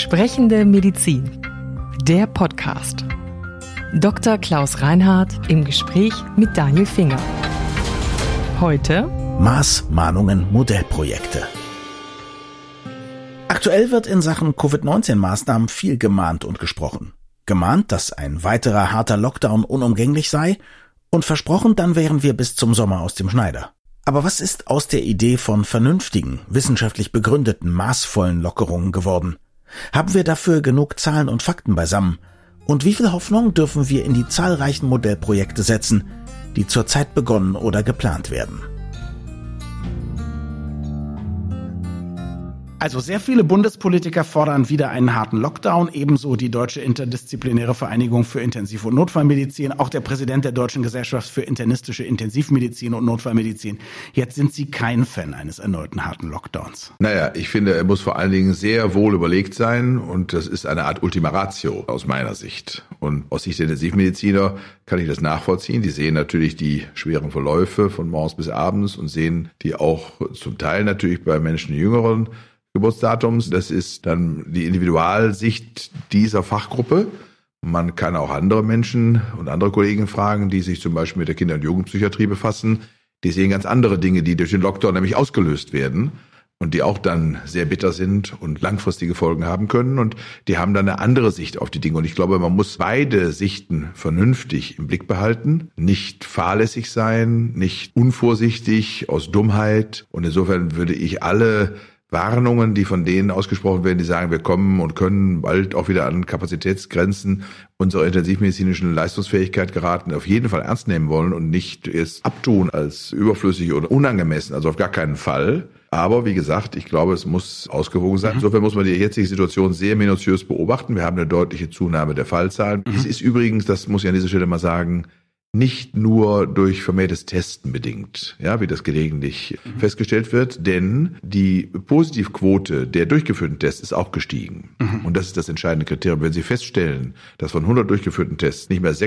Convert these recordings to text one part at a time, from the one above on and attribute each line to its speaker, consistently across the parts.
Speaker 1: Sprechende Medizin. Der Podcast. Dr. Klaus Reinhardt im Gespräch mit Daniel Finger. Heute
Speaker 2: Maßmahnungen, Modellprojekte. Aktuell wird in Sachen Covid-19-Maßnahmen viel gemahnt und gesprochen. Gemahnt, dass ein weiterer harter Lockdown unumgänglich sei und versprochen, dann wären wir bis zum Sommer aus dem Schneider. Aber was ist aus der Idee von vernünftigen, wissenschaftlich begründeten, maßvollen Lockerungen geworden? Haben wir dafür genug Zahlen und Fakten beisammen? Und wie viel Hoffnung dürfen wir in die zahlreichen Modellprojekte setzen, die zurzeit begonnen oder geplant werden?
Speaker 3: Also sehr viele Bundespolitiker fordern wieder einen harten Lockdown, ebenso die Deutsche Interdisziplinäre Vereinigung für Intensiv- und Notfallmedizin, auch der Präsident der Deutschen Gesellschaft für internistische Intensivmedizin und Notfallmedizin. Jetzt sind Sie kein Fan eines erneuten harten Lockdowns.
Speaker 4: Naja, ich finde, er muss vor allen Dingen sehr wohl überlegt sein und das ist eine Art Ultima Ratio aus meiner Sicht. Und aus Sicht der Intensivmediziner kann ich das nachvollziehen. Die sehen natürlich die schweren Verläufe von morgens bis abends und sehen die auch zum Teil natürlich bei Menschen jüngeren Geburtsdatums. Das ist dann die Individualsicht dieser Fachgruppe. Man kann auch andere Menschen und andere Kollegen fragen, die sich zum Beispiel mit der Kinder- und Jugendpsychiatrie befassen. Die sehen ganz andere Dinge, die durch den Lockdown nämlich ausgelöst werden und die auch dann sehr bitter sind und langfristige Folgen haben können. Und die haben dann eine andere Sicht auf die Dinge. Und ich glaube, man muss beide Sichten vernünftig im Blick behalten, nicht fahrlässig sein, nicht unvorsichtig aus Dummheit. Und insofern würde ich alle Warnungen, die von denen ausgesprochen werden, die sagen, wir kommen und können bald auch wieder an Kapazitätsgrenzen unserer intensivmedizinischen Leistungsfähigkeit geraten, auf jeden Fall ernst nehmen wollen und nicht erst abtun als überflüssig oder unangemessen, also auf gar keinen Fall. Aber wie gesagt, ich glaube, es muss ausgewogen sein. Insofern muss man die jetzige Situation sehr minutiös beobachten. Wir haben eine deutliche Zunahme der Fallzahlen. Es ist übrigens, das muss ich an dieser Stelle mal sagen, nicht nur durch vermehrtes Testen bedingt, ja, wie das gelegentlich festgestellt wird, denn die Positivquote der durchgeführten Tests ist auch gestiegen. Und das ist das entscheidende Kriterium. Wenn Sie feststellen, dass von 100 durchgeführten Tests nicht mehr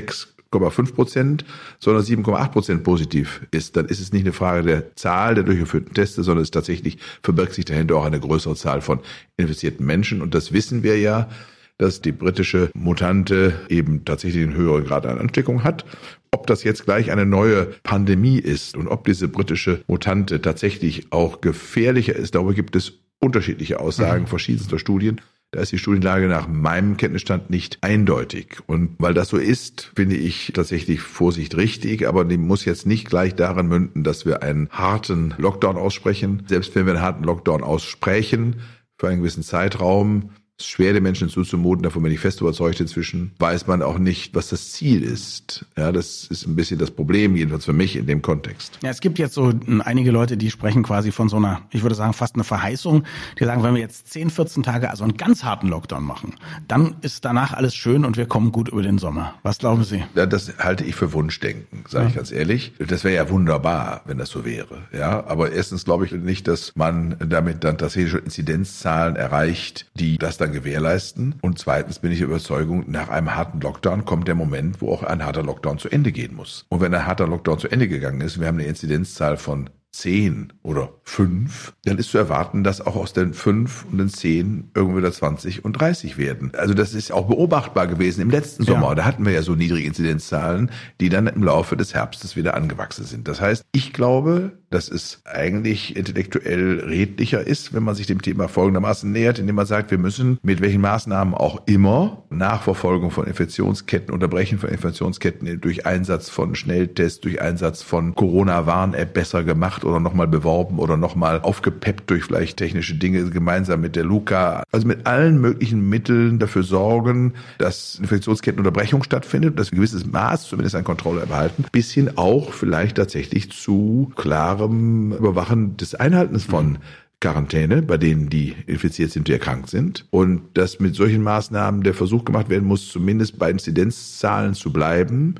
Speaker 4: 6,5%, sondern 7,8% positiv ist, dann ist es nicht eine Frage der Zahl der durchgeführten Tests, sondern es tatsächlich verbirgt sich dahinter auch eine größere Zahl von infizierten Menschen. Und das wissen wir ja, dass die britische Mutante eben tatsächlich einen höheren Grad an Ansteckung hat. Ob das jetzt gleich eine neue Pandemie ist und ob diese britische Mutante tatsächlich auch gefährlicher ist, darüber gibt es unterschiedliche Aussagen verschiedenster Studien. Da ist die Studienlage nach meinem Kenntnisstand nicht eindeutig. Und weil das so ist, finde ich tatsächlich Vorsicht richtig, aber die muss jetzt nicht gleich darin münden, dass wir einen harten Lockdown aussprechen. Selbst wenn wir einen harten Lockdown aussprechen, für einen gewissen Zeitraum, es ist schwer, den Menschen zuzumuten, davon bin ich fest überzeugt inzwischen, weiß man auch nicht, was das Ziel ist. Ja, das ist ein bisschen das Problem, jedenfalls für mich in dem Kontext.
Speaker 3: Ja, es gibt jetzt so einige Leute, die sprechen quasi von so einer, ich würde sagen, fast eine Verheißung. Die sagen, wenn wir jetzt 10, 14 Tage, also einen ganz harten Lockdown machen, dann ist danach alles schön und wir kommen gut über den Sommer. Was glauben Sie?
Speaker 4: Ja, das halte ich für Wunschdenken, sage ich ganz ehrlich. Das wäre ja wunderbar, wenn das so wäre. Ja, aber erstens glaube ich nicht, dass man damit dann tatsächlich schon Inzidenzzahlen erreicht, die das dann gewährleisten. Und zweitens bin ich der Überzeugung, nach einem harten Lockdown kommt der Moment, wo auch ein harter Lockdown zu Ende gehen muss. Und wenn ein harter Lockdown zu Ende gegangen ist, wir haben eine Inzidenzzahl von 10 oder 5, dann ist zu erwarten, dass auch aus den 5 und den 10 irgendwie wieder 20 und 30 werden. Also das ist auch beobachtbar gewesen im letzten Sommer. Da hatten wir ja so niedrige Inzidenzzahlen, die dann im Laufe des Herbstes wieder angewachsen sind. Das heißt, ich glaube, dass es eigentlich intellektuell redlicher ist, wenn man sich dem Thema folgendermaßen nähert, indem man sagt, wir müssen mit welchen Maßnahmen auch immer Nachverfolgung von Infektionsketten, Unterbrechen von Infektionsketten durch Einsatz von Schnelltests, durch Einsatz von Corona-Warn-App besser gemacht oder nochmal beworben oder nochmal aufgepeppt durch vielleicht technische Dinge gemeinsam mit der Luca. Also mit allen möglichen Mitteln dafür sorgen, dass Infektionskettenunterbrechung stattfindet, dass ein gewisses Maß zumindest an Kontrolle behalten, bis hin auch vielleicht tatsächlich zu klarem Überwachen des Einhaltens von Quarantäne, bei denen die infiziert sind, die erkrankt sind. Und dass mit solchen Maßnahmen der Versuch gemacht werden muss, zumindest bei Inzidenzzahlen zu bleiben,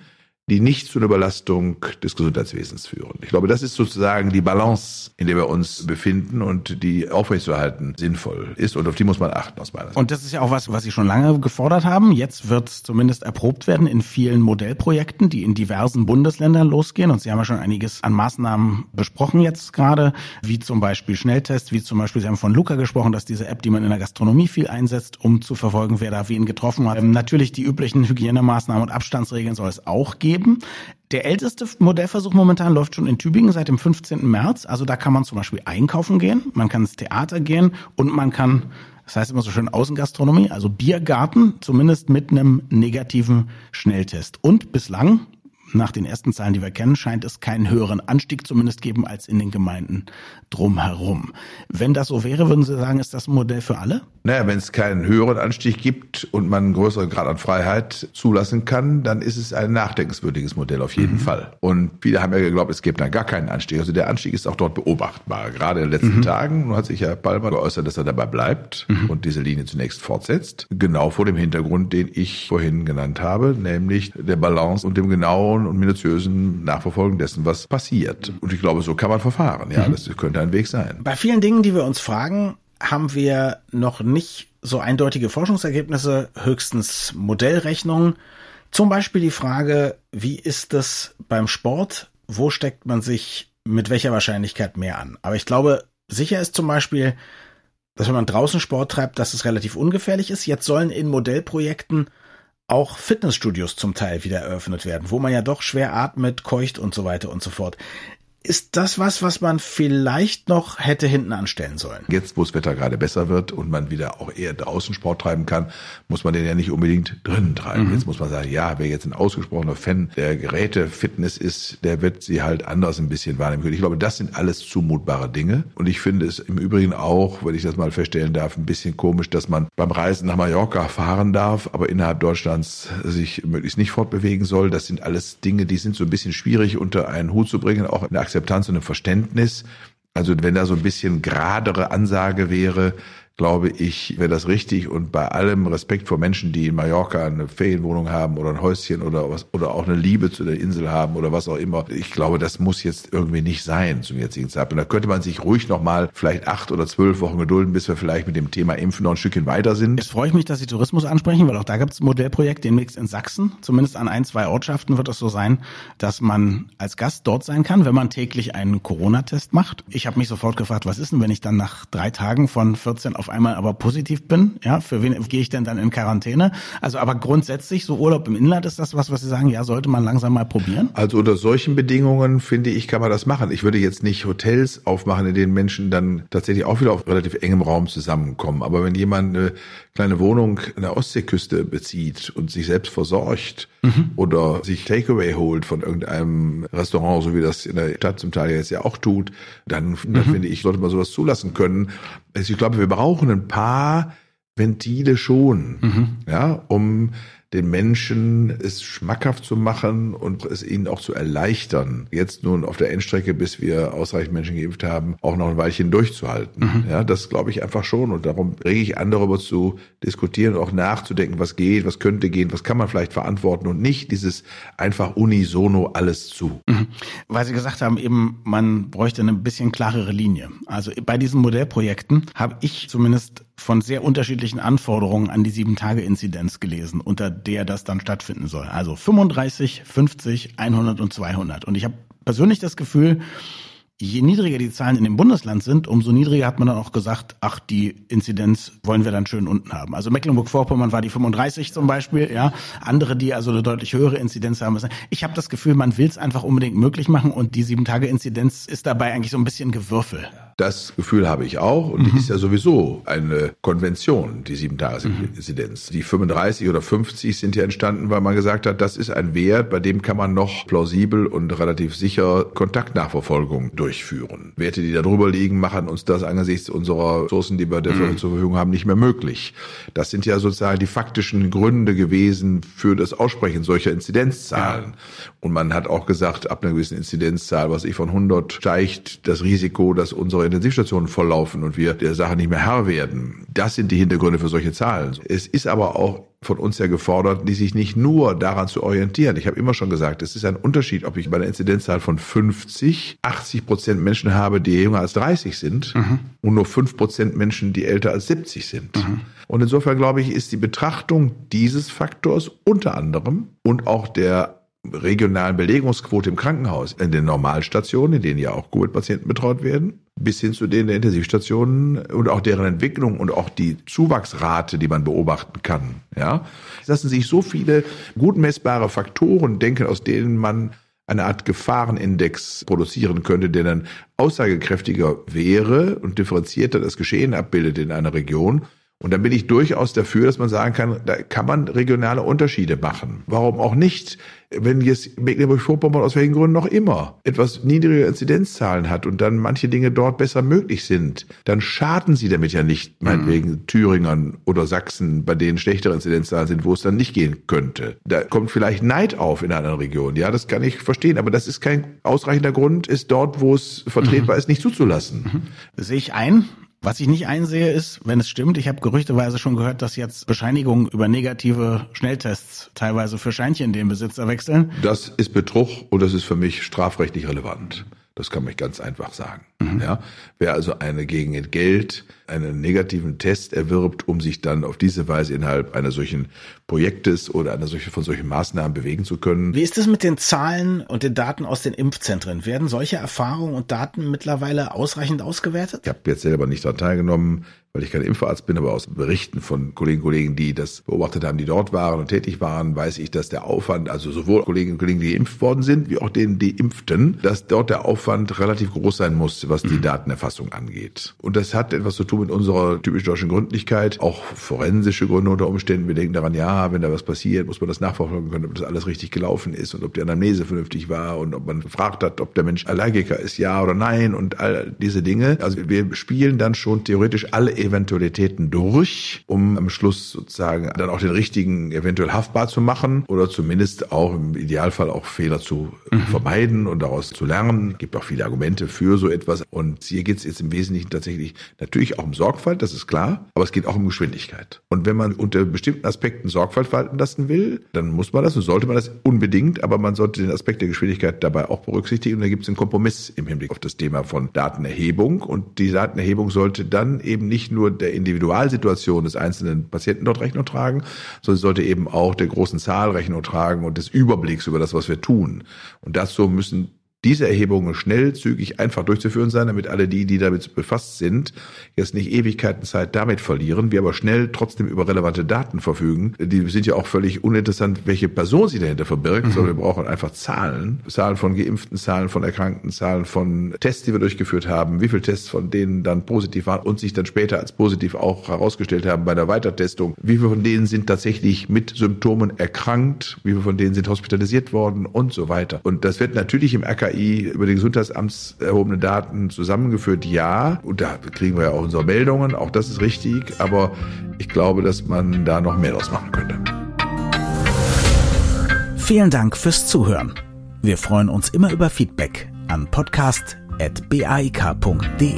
Speaker 4: die nicht zu einer Überlastung des Gesundheitswesens führen. Ich glaube, das ist sozusagen die Balance, in der wir uns befinden und die aufrechtzuerhalten sinnvoll ist. Und auf die muss man achten aus meiner Sicht.
Speaker 3: Und das ist ja auch was Sie schon lange gefordert haben. Jetzt wird es zumindest erprobt werden in vielen Modellprojekten, die in diversen Bundesländern losgehen. Und Sie haben ja schon einiges an Maßnahmen besprochen jetzt gerade, wie zum Beispiel Schnelltests, wie zum Beispiel, Sie haben von Luca gesprochen, dass diese App, die man in der Gastronomie viel einsetzt, um zu verfolgen, wer da wen getroffen hat. Natürlich die üblichen Hygienemaßnahmen und Abstandsregeln soll es auch geben. Der älteste Modellversuch momentan läuft schon in Tübingen seit dem 15. März. Also da kann man zum Beispiel einkaufen gehen, man kann ins Theater gehen und man kann, das heißt immer so schön Außengastronomie, also Biergarten, zumindest mit einem negativen Schnelltest. Und bislang, nach den ersten Zahlen, die wir kennen, scheint es keinen höheren Anstieg zumindest geben als in den Gemeinden drumherum. Wenn das so wäre, würden Sie sagen, ist das ein Modell für alle?
Speaker 4: Naja, wenn es keinen höheren Anstieg gibt und man einen größeren Grad an Freiheit zulassen kann, dann ist es ein nachdenkenswürdiges Modell auf jeden Fall. Und viele haben ja geglaubt, es gäbe dann gar keinen Anstieg. Also der Anstieg ist auch dort beobachtbar. Gerade in den letzten Tagen hat sich Herr Palmer geäußert, dass er dabei bleibt und diese Linie zunächst fortsetzt. Genau vor dem Hintergrund, den ich vorhin genannt habe, nämlich der Balance und dem genauen und minutiösen Nachverfolgen dessen, was passiert. Und ich glaube, so kann man verfahren. Ja, das könnte ein Weg sein.
Speaker 2: Bei vielen Dingen, die wir uns fragen, haben wir noch nicht so eindeutige Forschungsergebnisse, höchstens Modellrechnungen. Zum Beispiel die Frage, wie ist es beim Sport? Wo steckt man sich mit welcher Wahrscheinlichkeit mehr an? Aber ich glaube, sicher ist zum Beispiel, dass wenn man draußen Sport treibt, dass es relativ ungefährlich ist. Jetzt sollen in Modellprojekten auch Fitnessstudios zum Teil wieder eröffnet werden, wo man ja doch schwer atmet, keucht und so weiter und so fort. Ist das was man vielleicht noch hätte hinten anstellen sollen?
Speaker 4: Jetzt, wo das Wetter gerade besser wird und man wieder auch eher draußen Sport treiben kann, muss man den ja nicht unbedingt drinnen treiben. Jetzt muss man sagen, ja, wer jetzt ein ausgesprochener Fan der Geräte-Fitness ist, der wird sie halt anders ein bisschen wahrnehmen können. Ich glaube, das sind alles zumutbare Dinge. Und ich finde es im Übrigen auch, wenn ich das mal feststellen darf, ein bisschen komisch, dass man beim Reisen nach Mallorca fahren darf, aber innerhalb Deutschlands sich möglichst nicht fortbewegen soll. Das sind alles Dinge, die sind so ein bisschen schwierig unter einen Hut zu bringen, auch in der Akzeptanz und im Verständnis. Also wenn da so ein bisschen geradere Ansage wäre, glaube ich, wäre das richtig. Und bei allem Respekt vor Menschen, die in Mallorca eine Ferienwohnung haben oder ein Häuschen oder was, oder auch eine Liebe zu der Insel haben oder was auch immer. Ich glaube, das muss jetzt irgendwie nicht sein zum jetzigen Zeitpunkt. Da könnte man sich ruhig nochmal vielleicht 8 oder 12 Wochen gedulden, bis wir vielleicht mit dem Thema Impfen noch ein Stückchen weiter sind.
Speaker 3: Jetzt freue ich mich, dass Sie Tourismus ansprechen, weil auch da gibt es ein Modellprojekt demnächst in Sachsen. Zumindest an 1, 2 Ortschaften wird es so sein, dass man als Gast dort sein kann, wenn man täglich einen Corona-Test macht. Ich habe mich sofort gefragt, was ist denn, wenn ich dann nach 3 Tagen von 14 auf einmal aber positiv bin? Ja, für wen gehe ich denn dann in Quarantäne? Also aber grundsätzlich, so Urlaub im Inland, ist das was Sie sagen, ja, sollte man langsam mal probieren?
Speaker 4: Also unter solchen Bedingungen, finde ich, kann man das machen. Ich würde jetzt nicht Hotels aufmachen, in denen Menschen dann tatsächlich auch wieder auf relativ engem Raum zusammenkommen. Aber wenn jemand eine kleine Wohnung an der Ostseeküste bezieht und sich selbst versorgt oder sich Takeaway holt von irgendeinem Restaurant, so wie das in der Stadt zum Teil jetzt ja auch tut, dann finde ich, sollte man sowas zulassen können. Also ich glaube, wir brauchen ein paar Ventile schon, ja, um den Menschen es schmackhaft zu machen und es ihnen auch zu erleichtern, jetzt nun auf der Endstrecke, bis wir ausreichend Menschen geimpft haben, auch noch ein Weilchen durchzuhalten. Ja, das glaube ich einfach schon und darum rege ich an, darüber zu diskutieren und auch nachzudenken, was geht, was könnte gehen, was kann man vielleicht verantworten und nicht dieses einfach unisono alles zu.
Speaker 3: Weil Sie gesagt haben, eben man bräuchte eine bisschen klarere Linie. Also bei diesen Modellprojekten habe ich zumindest von sehr unterschiedlichen Anforderungen an die 7-Tage-Inzidenz gelesen, unter der das dann stattfinden soll. Also 35, 50, 100 und 200. Und ich habe persönlich das Gefühl, je niedriger die Zahlen in dem Bundesland sind, umso niedriger hat man dann auch gesagt, ach, die Inzidenz wollen wir dann schön unten haben. Also Mecklenburg-Vorpommern war die 35 zum Beispiel, ja. Andere, die also eine deutlich höhere Inzidenz haben. Ich habe das Gefühl, man will es einfach unbedingt möglich machen und die 7-Tage-Inzidenz ist dabei eigentlich so ein bisschen Gewürfel.
Speaker 4: Das Gefühl habe ich auch und die ist ja sowieso eine Konvention, die 7-Tage-Inzidenz. Die 35 oder 50 sind ja entstanden, weil man gesagt hat, das ist ein Wert, bei dem kann man noch plausibel und relativ sicher Kontaktnachverfolgung durchführen. Werte, die da drüber liegen, machen uns das angesichts unserer Ressourcen, die wir dafür zur Verfügung haben, nicht mehr möglich. Das sind ja sozusagen die faktischen Gründe gewesen für das Aussprechen solcher Inzidenzzahlen. Ja. Und man hat auch gesagt, ab einer gewissen Inzidenzzahl, was von 100 steigt das Risiko, dass unsere Intensivstationen volllaufen und wir der Sache nicht mehr Herr werden. Das sind die Hintergründe für solche Zahlen. Es ist aber auch von uns ja gefordert, die sich nicht nur daran zu orientieren. Ich habe immer schon gesagt, es ist ein Unterschied, ob ich bei einer Inzidenzzahl von 50 80% Menschen habe, die jünger als 30 sind und nur 5% Menschen, die älter als 70 sind. Und insofern glaube ich, ist die Betrachtung dieses Faktors unter anderem und auch der regionalen Belegungsquote im Krankenhaus, in den Normalstationen, in denen ja auch Covid-Patienten betreut werden, bis hin zu denen der Intensivstationen und auch deren Entwicklung und auch die Zuwachsrate, die man beobachten kann. Ja, es lassen sich so viele gut messbare Faktoren denken, aus denen man eine Art Gefahrenindex produzieren könnte, der dann aussagekräftiger wäre und differenzierter das Geschehen abbildet in einer Region. Und dann bin ich durchaus dafür, dass man sagen kann, da kann man regionale Unterschiede machen. Warum auch nicht? Wenn jetzt Mecklenburg-Vorpommern aus welchen Gründen noch immer etwas niedrigere Inzidenzzahlen hat und dann manche Dinge dort besser möglich sind, dann schaden sie damit ja nicht, meinetwegen Thüringern oder Sachsen, bei denen schlechtere Inzidenzzahlen sind, wo es dann nicht gehen könnte. Da kommt vielleicht Neid auf in einer Region. Ja, das kann ich verstehen, aber das ist kein ausreichender Grund, es dort, wo es vertretbar ist, nicht zuzulassen.
Speaker 3: Sehe ich ein. Was ich nicht einsehe ist, wenn es stimmt, ich habe gerüchteweise schon gehört, dass jetzt Bescheinigungen über negative Schnelltests teilweise für Scheinchen den Besitzer wechseln.
Speaker 4: Das ist Betrug und das ist für mich strafrechtlich relevant. Das kann man ganz einfach sagen. Ja, wer also gegen Entgelt einen negativen Test erwirbt, um sich dann auf diese Weise innerhalb einer solchen Projektes oder von solchen Maßnahmen bewegen zu können.
Speaker 3: Wie ist es mit den Zahlen und den Daten aus den Impfzentren? Werden solche Erfahrungen und Daten mittlerweile ausreichend ausgewertet?
Speaker 4: Ich habe jetzt selber nicht daran teilgenommen, weil ich kein Impfarzt bin, aber aus Berichten von Kollegen, die das beobachtet haben, die dort waren und tätig waren, weiß ich, dass der Aufwand, also sowohl Kolleginnen und Kollegen, die geimpft worden sind, wie auch denen, die impften, dass dort der Aufwand relativ groß sein muss, was die Datenerfassung angeht. Und das hat etwas zu tun mit unserer typisch deutschen Gründlichkeit, auch forensische Gründe unter Umständen. Wir denken daran, ja, wenn da was passiert, muss man das nachverfolgen können, ob das alles richtig gelaufen ist und ob die Anamnese vernünftig war und ob man gefragt hat, ob der Mensch Allergiker ist, ja oder nein und all diese Dinge. Also wir spielen dann schon theoretisch alle Eventualitäten durch, um am Schluss sozusagen dann auch den richtigen eventuell haftbar zu machen oder zumindest auch im Idealfall auch Fehler zu vermeiden und daraus zu lernen. Es gibt auch viele Argumente für so etwas. Und hier geht es jetzt im Wesentlichen tatsächlich natürlich auch um Sorgfalt, das ist klar, aber es geht auch um Geschwindigkeit. Und wenn man unter bestimmten Aspekten Sorgfalt walten lassen will, dann muss man das und sollte man das unbedingt, aber man sollte den Aspekt der Geschwindigkeit dabei auch berücksichtigen. Und da gibt es einen Kompromiss im Hinblick auf das Thema von Datenerhebung. Und die Datenerhebung sollte dann eben nicht nur der Individualsituation des einzelnen Patienten dort Rechnung tragen, sondern sollte eben auch der großen Zahl Rechnung tragen und des Überblicks über das, was wir tun. Und dazu müssen diese Erhebungen schnell, zügig, einfach durchzuführen sein, damit alle die damit befasst sind, jetzt nicht Ewigkeiten Zeit damit verlieren, wir aber schnell trotzdem über relevante Daten verfügen. Die sind ja auch völlig uninteressant, welche Person sich dahinter verbirgt, sondern wir brauchen einfach Zahlen. Zahlen von Geimpften, Zahlen von Erkrankten, Zahlen von Tests, die wir durchgeführt haben, wie viele Tests von denen dann positiv waren und sich dann später als positiv auch herausgestellt haben bei der Weitertestung. Wie viele von denen sind tatsächlich mit Symptomen erkrankt, wie viele von denen sind hospitalisiert worden und so weiter. Und das wird natürlich im RKI über die Gesundheitsamts erhobene Daten zusammengeführt, ja. Und da kriegen wir ja auch unsere Meldungen, auch das ist richtig. Aber ich glaube, dass man da noch mehr draus machen könnte.
Speaker 2: Vielen Dank fürs Zuhören. Wir freuen uns immer über Feedback an podcast@baik.de.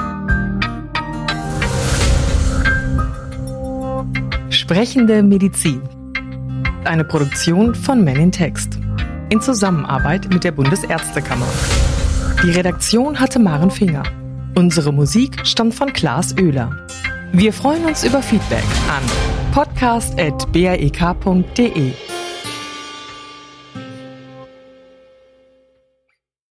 Speaker 1: Sprechende Medizin. Eine Produktion von Men in Text. In Zusammenarbeit mit der Bundesärztekammer. Die Redaktion hatte Maren Finger. Unsere Musik stammt von Klaas Oehler. Wir freuen uns über Feedback an podcast@baek.de.